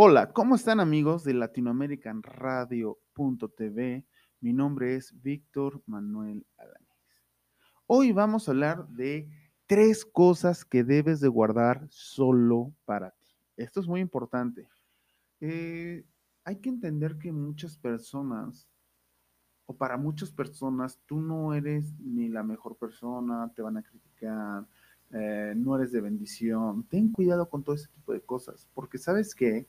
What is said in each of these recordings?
Hola, ¿cómo están amigos de latinoamericanradio.tv? Mi nombre es Víctor Manuel Alanís. Hoy vamos a hablar de 3 cosas que debes de guardar solo para ti. Esto es muy importante. Hay que entender que muchas personas, o para muchas personas, tú no eres ni la mejor persona, te van a criticar, no eres de bendición. Ten cuidado con todo ese tipo de cosas, porque sabes que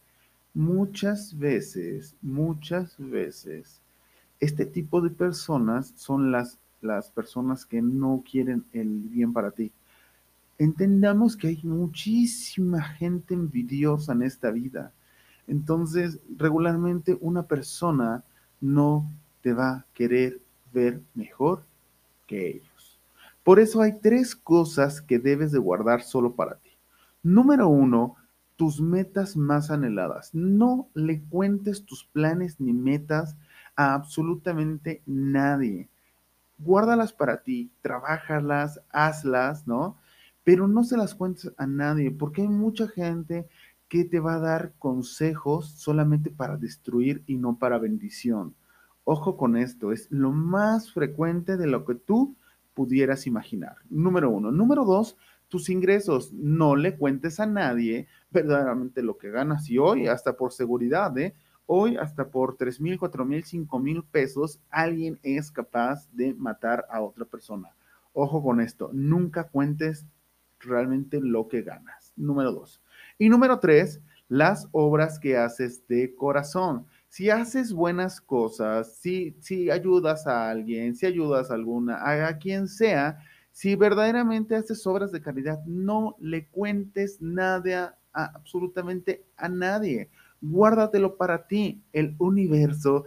muchas veces, este tipo de personas son las personas que no quieren el bien para ti. Entendamos que hay muchísima gente envidiosa en esta vida. Entonces, regularmente una persona no te va a querer ver mejor que ellos. Por eso hay 3 cosas que debes de guardar solo para ti. Número uno, tus metas más anheladas. No le cuentes tus planes ni metas a absolutamente nadie. Guárdalas para ti, trabájalas, hazlas, ¿no? Pero no se las cuentes a nadie, porque hay mucha gente que te va a dar consejos solamente para destruir y no para bendición. Ojo con esto, es lo más frecuente de lo que tú pudieras imaginar. Número uno. Número dos, tus ingresos. No le cuentes a nadie verdaderamente lo que ganas y hoy, hasta por seguridad, ¿eh? Hoy hasta por 3,000, 4,000, 5,000 pesos, alguien es capaz de matar a otra persona. Ojo con esto, nunca cuentes realmente lo que ganas. Número dos. Y número tres, las obras que haces de corazón. Si haces buenas cosas, si ayudas a alguien, si ayudas a alguna, a quien sea, si verdaderamente haces obras de caridad, no le cuentes nada absolutamente a nadie. Guárdatelo para ti. El universo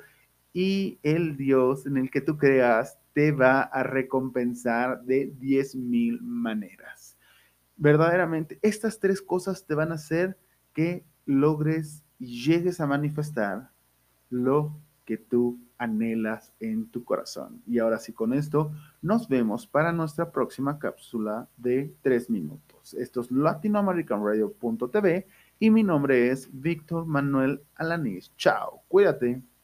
y el Dios en el que tú creas te va a recompensar de 10,000 maneras. Verdaderamente, estas 3 cosas te van a hacer que logres y llegues a manifestar lo que tú anhelas en tu corazón. Y ahora sí, con esto nos vemos para nuestra próxima cápsula de 3 minutos. Esto es latinoamericanradio.tv y mi nombre es Víctor Manuel Alanís. Chao, cuídate.